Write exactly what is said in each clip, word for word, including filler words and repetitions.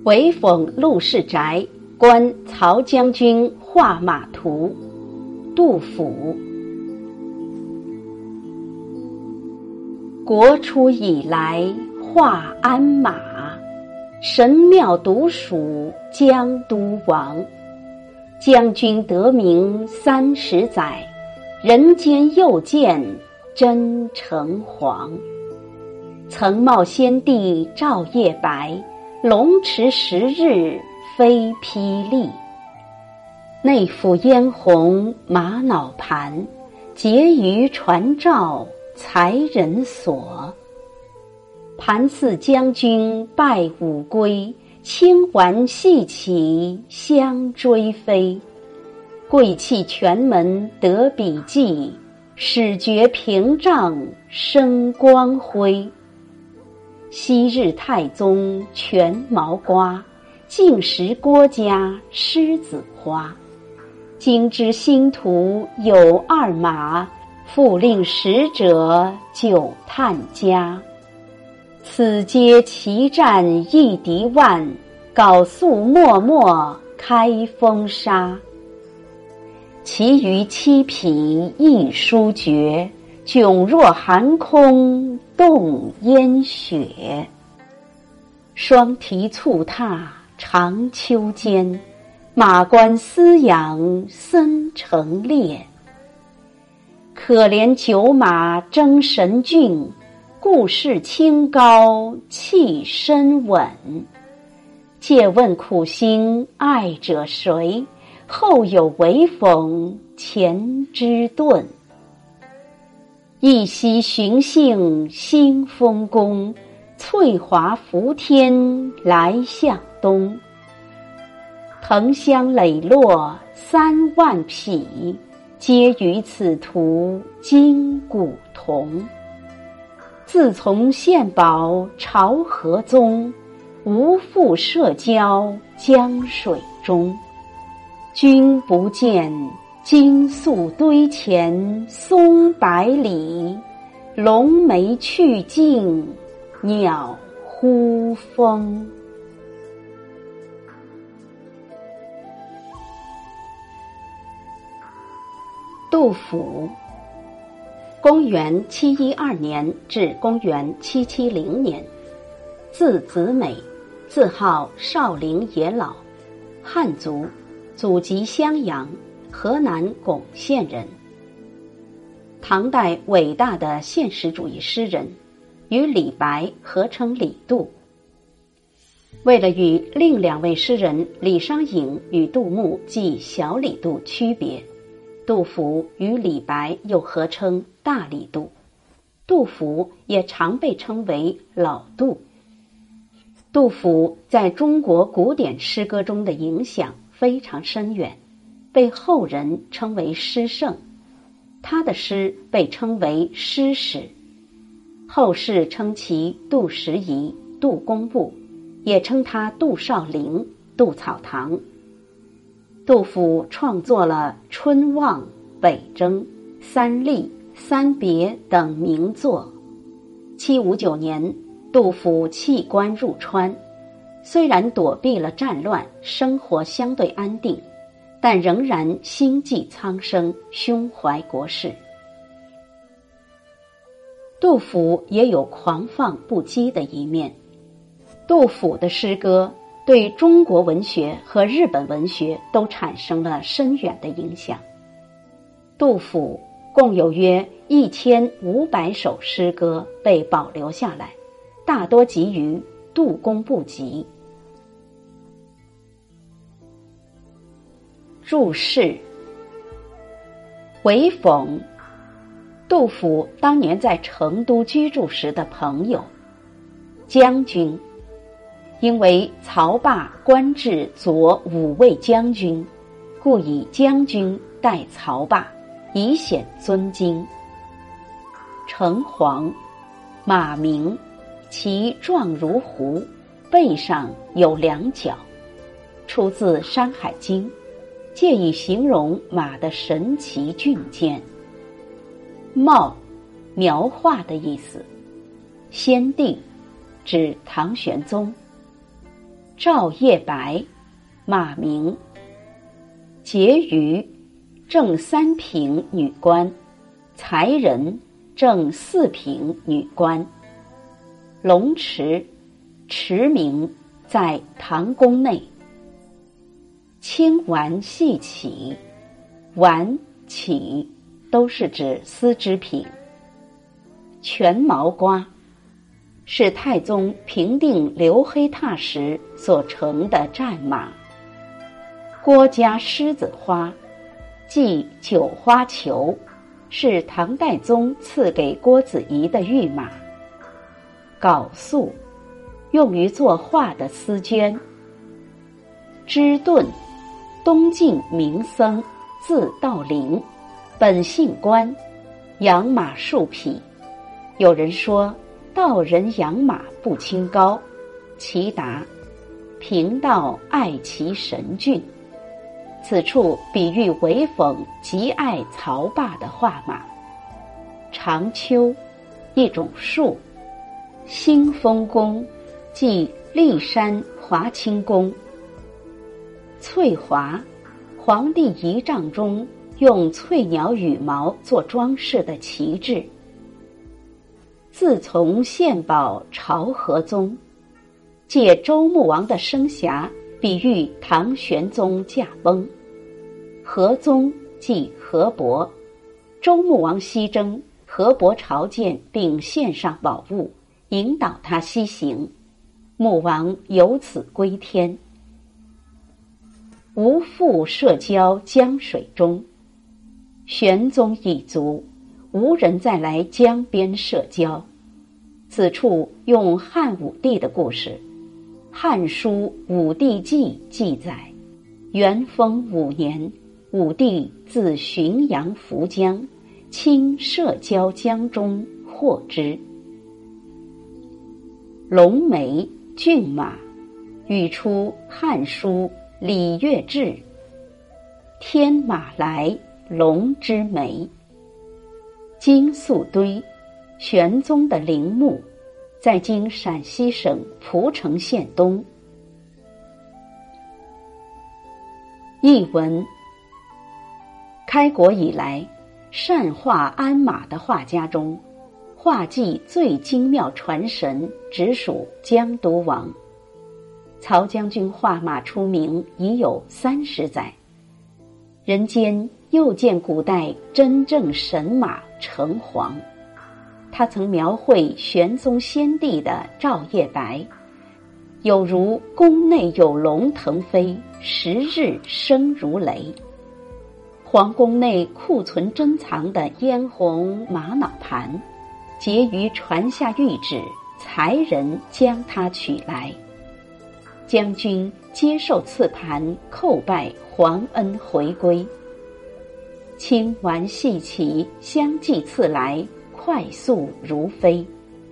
韦讽陆氏宅，观曹将军画马图。杜甫。国初以来画鞍马，神庙独属江都王。将军得名三十载，人间又见真诚黄。曾冒先帝照夜白，龙池十日飞霹雳。内府嫣红玛瑙盘，结余传诏才人所。盘似将军拜五归，轻环细起相追飞。贵气全门得笔记，始觉屏障生光辉。昔日太宗全毛瓜，竟时郭家狮子花。今知星途有二马，复令使者久探家。此皆奇战一敌万，缟素默默开风沙。其余七匹一书绝，迥若寒空冻烟雪。双蹄蹴踏长秋间，马关嘶扬森成列。可怜九马争神骏，故事清高气深稳。借问苦心爱者谁？后有韦讽前之盾。一夕寻幸兴丰宫，翠华浮天来向东。藤香磊落三万匹，皆于此图今古同。自从献宝朝河宗，无复社交江水中。君不见，金粟堆前松百里，龙眉去尽鸟呼风。杜甫，公元七一二年至公元七七零年，字子美，自号少陵野老，汉族，祖籍襄阳，河南巩县人。唐代伟大的现实主义诗人，与李白合称李杜。为了与另两位诗人李商隐与杜牧即小李杜区别，杜甫与李白又合称大李杜，杜甫也常被称为老杜。杜甫在中国古典诗歌中的影响非常深远，被后人称为诗圣。他的诗被称为诗史，后世称其杜十遗、杜工部，也称他杜少陵、杜草堂。杜甫创作了《春望》《北征》《三吏》《三别》等名作。七五九年，杜甫弃官入川，虽然躲避了战乱，生活相对安定，但仍然心系苍生，胸怀国事。杜甫也有狂放不羁的一面。杜甫的诗歌对中国文学和日本文学都产生了深远的影响。杜甫共有约一千五百首诗歌被保留下来，大多集于《杜工部集》。注释：韦讽，杜甫当年在成都居住时的朋友。将军，因为曹霸官至左武卫将军，故以将军代曹霸，以显尊敬。橙黄，马名，其状如狐，背上有两角，出自《山海经》，借以形容马的神奇俊健。貌，描画的意思。先帝，指唐玄宗。 赵业白，马名。婕妤，正三品女官。才人，正四品女官。龙池，池名，在唐宫内。青丸细起，丸起都是指丝织品。全毛瓜，是太宗平定刘黑闼时所乘的战马。郭家狮子花，即九花球，是唐代宗赐给郭子仪的御马。缟素，用于作画的丝绢。芝顿，东晋名僧，字道陵，本姓关，养马数匹。有人说道人养马不清高，其答：贫道爱其神俊。此处比喻韦讽极爱曹霸的画马。长秋，一种树。兴丰宫，即骊山华清宫。翠华，皇帝仪仗中用翠鸟羽毛做装饰的旗帜。自从献宝朝和宗，借周穆王的生涯比喻唐玄宗驾崩。和宗即河伯，周穆王西征，河伯朝见并献上宝物，引导他西行，穆王由此归天。无复社交江水中，玄宗一族，无人再来江边社交。此处用汉武帝的故事，《汉书·武帝纪》记载，元丰五年，武帝自浔阳扶江，亲社交江中，获之。龙眉，骏马，语出《汉书·礼乐志》，天马来，龙之眉。金粟堆，玄宗的陵墓，在今陕西省蒲城县东。译文：开国以来，善画鞍马的画家中，画技最精妙传神，直属江都王。曹将军画马出名已有三十载，人间又见古代真正神马城隍。他曾描绘玄宗先帝的赵业白，有如宫内有龙腾飞，时日生如雷。皇宫内库存珍藏的嫣红玛瑙盘，结于传下谕旨，才人将它取来。将军接受赐盘，叩拜皇恩回归。青丸细起，相继赐来，快速如飞。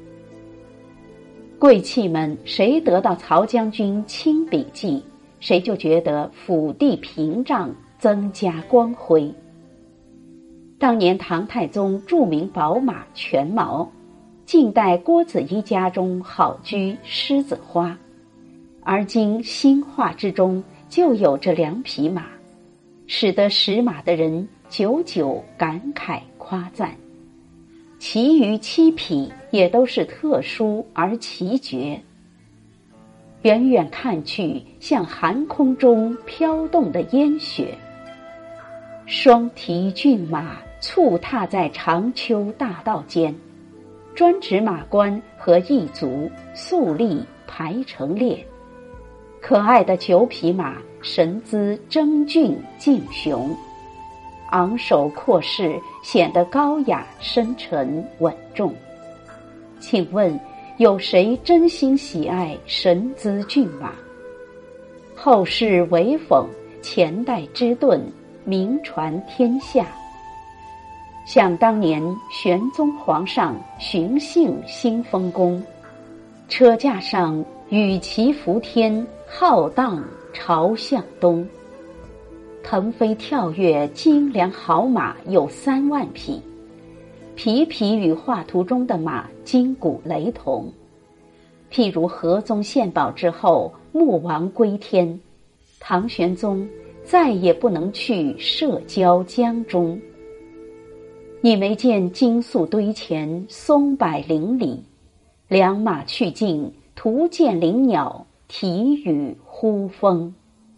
贵戚们谁得到曹将军亲笔记，谁就觉得府地屏障增加光辉。当年唐太宗著名宝马全毛，近代郭子仪家中好居狮子花，而今新画之中就有这两匹马，使得识马的人久久感慨夸赞。其余七匹也都是特殊而奇绝，远远看去像寒空中飘动的烟雪。双蹄骏马簇踏在长秋大道间，专职马官和一族肃立排成列。可爱的九匹马神姿争俊竞雄，昂首阔视，显得高雅深沉稳重。请问有谁真心喜爱神姿骏马？后世韦讽，前代之盾，名传天下。想当年玄宗皇上巡幸兴丰宫，车架上羽旗浮天，浩荡朝向东。腾飞跳跃精良好马有三万匹，匹匹与画图中的马筋骨雷同。 譬如河宗献宝之后，穆王归天，唐玄宗再也不能去社交江中。你没见金粟堆前，松柏林里，良马去尽，途见林鸟，啼雨呼风。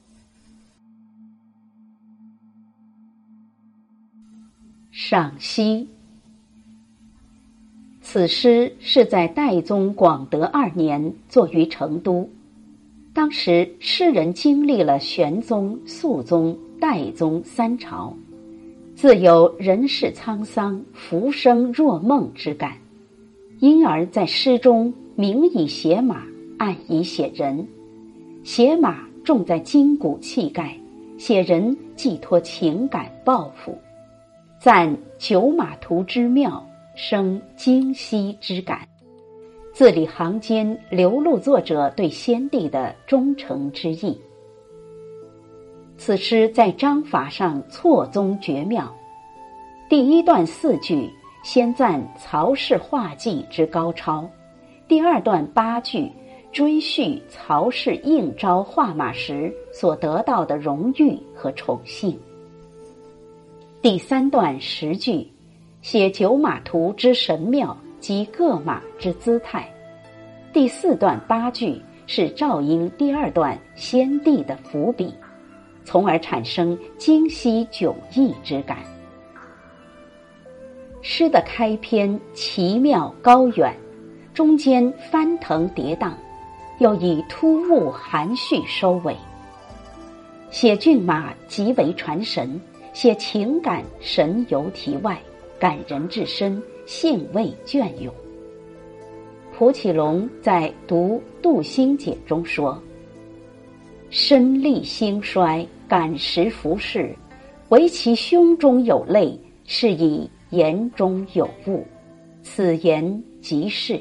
赏析。此诗是在代宗广德二年作于成都，当时诗人经历了玄宗、肃宗、代宗三朝，自有人世沧桑、浮生若梦之感，因而在诗中明以写马，暗以写人。写马重在筋骨气概，写人寄托情感抱负，赞九马图之妙，生今昔之感，字里行间流露作者对先帝的忠诚之意。此诗在章法上错综绝妙，第一段四句先赞曹氏画技之高超，第二段八句追叙曹氏应召画马时所得到的荣誉和宠幸，第三段十句写九马图之神妙及各马之姿态，第四段八句是照应第二段先帝的伏笔，从而产生今昔迥异之感。诗的开篇奇妙高远，中间翻腾跌宕，又以突兀含蓄收尾。写骏马极为传神，写情感神游题外，感人至深，兴味隽永。蒲启龙在读杜兴解中说：身历兴衰，感时浮世，唯其胸中有泪，是以言中有物，此言即是。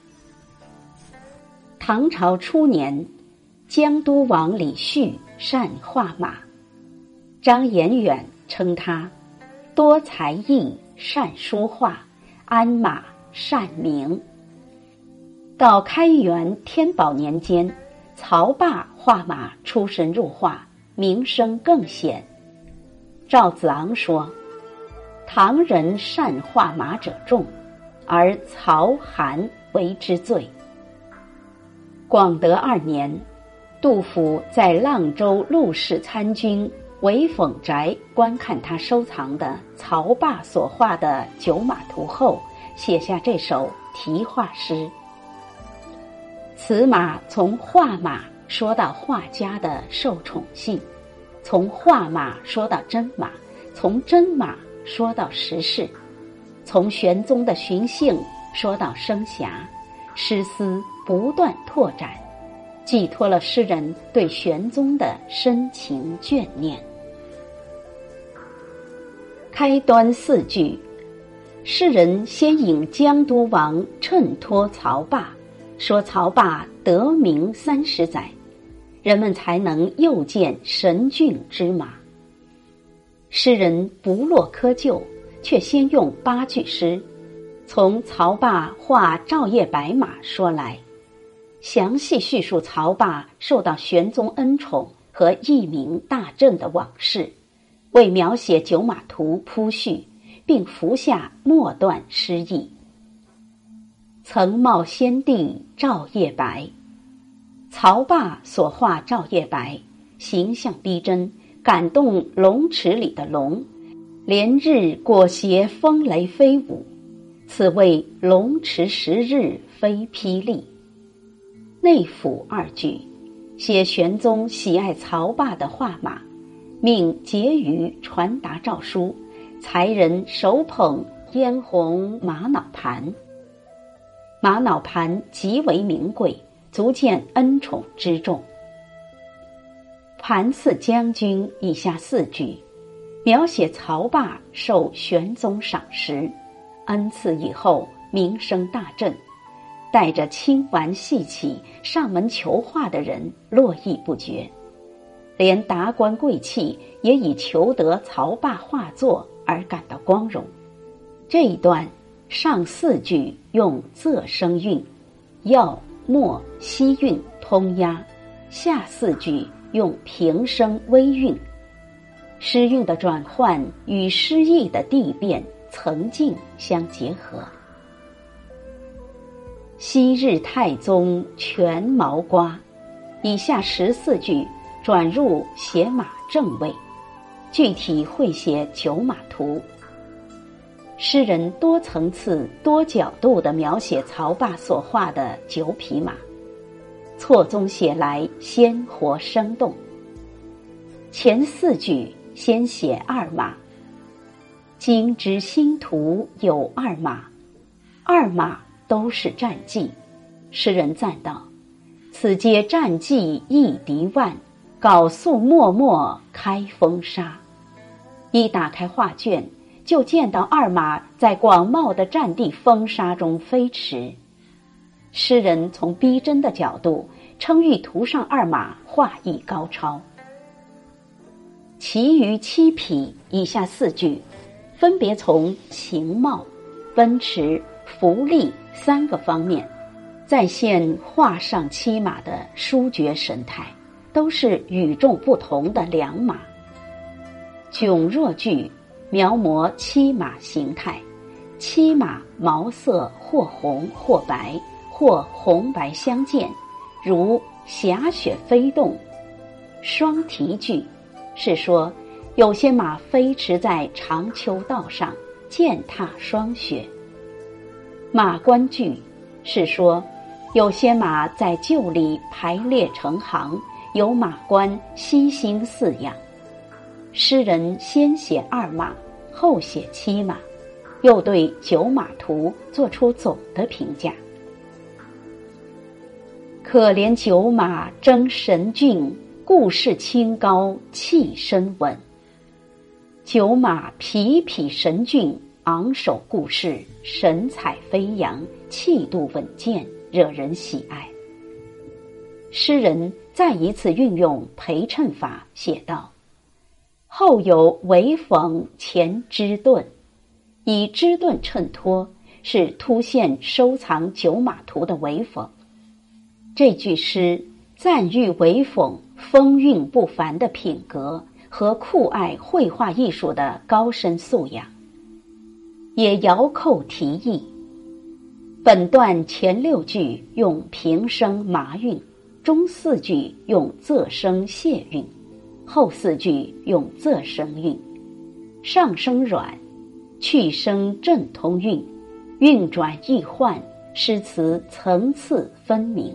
唐朝初年，江都王李煦善画马，张彦远称他多才艺，善书画，鞍马善名。到开元天宝年间，曹霸画马出神入化，名声更显。赵子昂说：唐人善画马者众，而曹韩为之最。广德二年，杜甫在阆州陆氏参军韦凤宅观看他收藏的曹霸所画的九马图后，写下这首题画诗。此马从画马说到画家的受宠幸，从画马说到真马，从真马说到时事，从玄宗的寻幸说到生涯，诗思不断拓展，寄托了诗人对玄宗的深情眷念。开端四句，诗人先引江都王衬托曹霸，说曹霸得名三十载，人们才能又见神骏之马。诗人不落窠臼，却先用八句诗从曹霸画照夜白马说来，详细叙述曹霸受到玄宗恩宠和一鸣大振的往事，为描写九马图铺叙，并伏下末段诗意。曾冒先帝照夜白，曹霸所画照夜白，形象逼真，感动龙池里的龙，连日裹挟风雷飞舞，此谓龙池十日飞霹雳。内府二句写玄宗喜爱曹霸的画马，命婕妤传达诏书，才人手捧嫣红玛瑙盘，玛瑙盘极为名贵，足见恩宠之重。盘赐将军以下四句描写曹霸受玄宗赏识，恩赐以后名声大振，带着轻玩戏起上门求画的人络绎不绝，连达官贵戚也以求得曹霸画作而感到光荣。这一段上四句用仄声韵，要末西韵通押，下四句用平声微韵。诗韵的转换与诗意的递变、层进相结合。昔日太宗全毛瓜，以下十四句转入写马正位，具体绘写九马图。诗人多层次、多角度地描写曹霸所画的九匹马，错综写来鲜活生动。前四句先写二马，今之新图有二马，二马都是战绩。诗人赞道：此皆战绩亦敌万，缟素脉脉开风沙。一打开画卷，就见到二马在广袤的战地风沙中飞驰。诗人从逼真的角度称誉图上二马画艺高超。其余七匹以下四句分别从形貌、奔驰、浮力三个方面再现画上七马的殊绝神态，都是与众不同的良马。迥若句描摹七马形态，七马毛色或红或白，或红白相间，如霞雪飞动。双蹄句是说有些马飞驰在长秋道上，践踏霜雪。马冠句是说有些马在厩里排列成行，有马冠悉心饲养。诗人先写二马，后写七马，又对九马图做出总的评价。可怜九马争神骏，故事清高气深稳。九马匹匹神骏，昂首顾世，神采飞扬，气度稳健，惹人喜爱。诗人再一次运用陪衬法写道：后有围缝前支盾，以支盾衬托，是凸显收藏九马图的围缝。这句诗赞誉围缝风韵不凡的品格和酷爱绘画艺术的高深素养，也遥扣题意。本段前六句用平声麻韵，中四句用仄声谢韵，后四句用仄声韵，上声软，去声正通韵，韵转意换，诗词层次分明。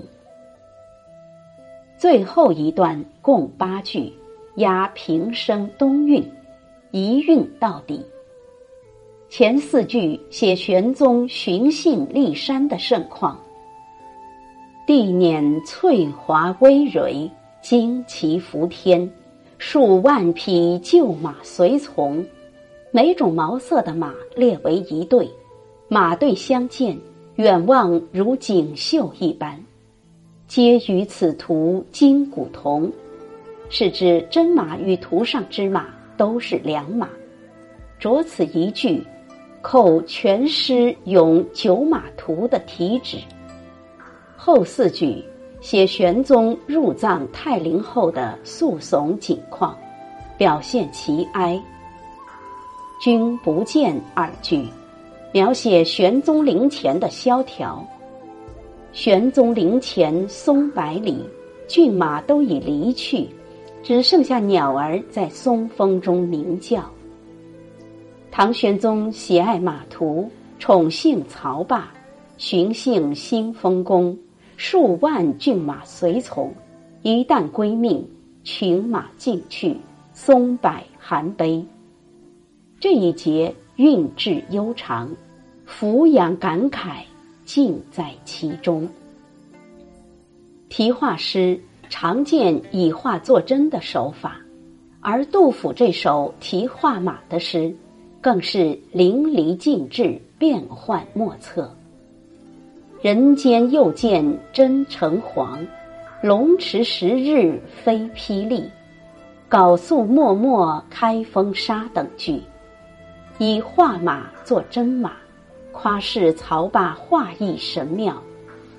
最后一段共八句，押平声东韵，一韵到底。前四句写玄宗巡幸骊山的盛况，地辇翠华葳蕤，旌旗伏天，数万匹厩马随从，每种毛色的马列为一队，马队相见，远望如锦绣一般，皆与此图筋骨同，是指真马与图上之马都是良马。着此一句，扣全诗咏九马图的题旨。后四句写玄宗入藏泰陵后的肃怂景况，表现其哀。君不见二句描写玄宗陵前的萧条。玄宗陵前松柏里，骏马都已离去，只剩下鸟儿在松风中鸣叫。唐玄宗喜爱马图，宠幸曹霸，巡幸新丰宫，数万骏马随从，一旦归命，群马尽去，松柏含悲。这一节韵致悠长，俯仰感慨尽在其中。题画诗常见以画作真的手法，而杜甫这首题画马的诗更是淋漓尽致，变幻莫测。人间又见真诚黄，龙池十日飞霹雳，缟素脉脉开风沙等句，以画马作真马，夸示曹霸画艺神妙。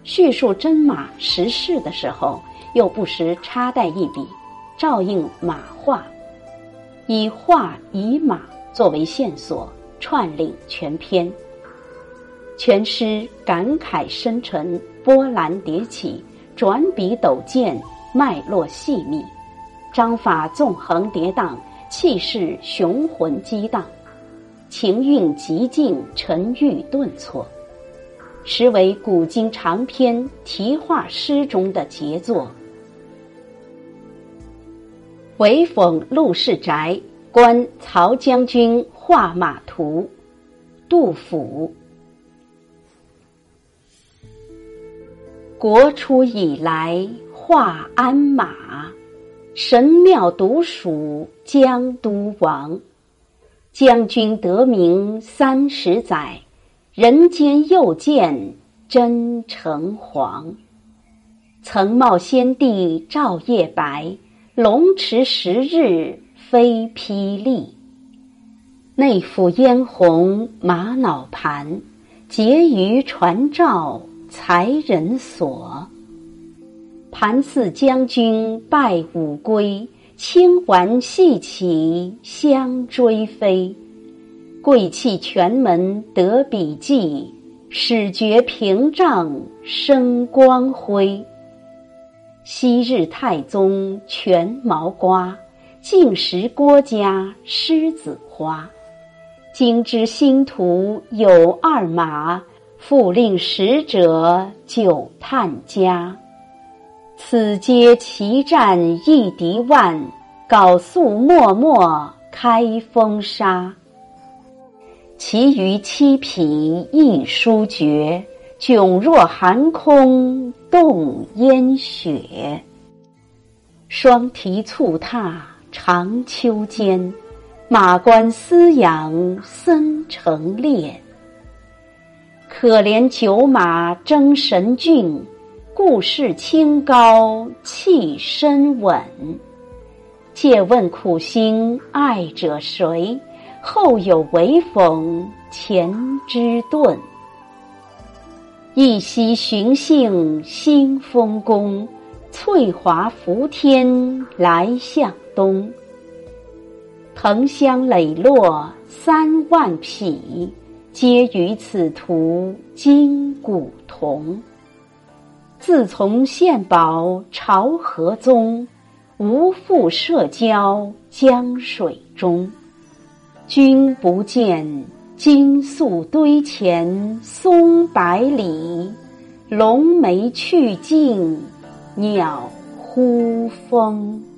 叙述真马实事的时候，又不时插带一笔，照应马话，以画以马作为线索，串领全篇。全诗感慨深沉，波澜迭起，转笔陡见，脉络细密，章法纵横跌宕，气势雄浑激荡，情韵极尽，沉郁顿挫，实为古今长篇题画诗中的杰作。韦讽陆氏宅，观曹将军画马图。杜甫。国初以来画鞍马，神庙独属江都王。将军得名三十载，人间又见真诚黄。曾冒先帝照夜白，龙池十日飞霹雳。内府嫣红玛瑙盘，结余传召才人所。盘似将军拜五归，轻玩细起相追飞。贵气全门得笔记，始觉屏障生光辉。昔日太宗全毛瓜，晋时郭家狮子花。今之新图有二马，复令使者久探家。此皆奇战一敌万，缟素默默开风沙。其余七匹一书绝，迥若寒空冻烟雪。双蹄蹴踏长秋间，马关嘶扬森成列。可怜九马争神骏，故事清高气深稳。借问苦心爱者谁？后有韦讽前之盾。一夕寻幸新丰宫，翠华浮天来向东。藤香磊落三万匹，皆于此图今古同。自从献宝朝河宗，无复涉交江水中。君不见，金粟堆前松百里，龙梅去尽鸟呼风。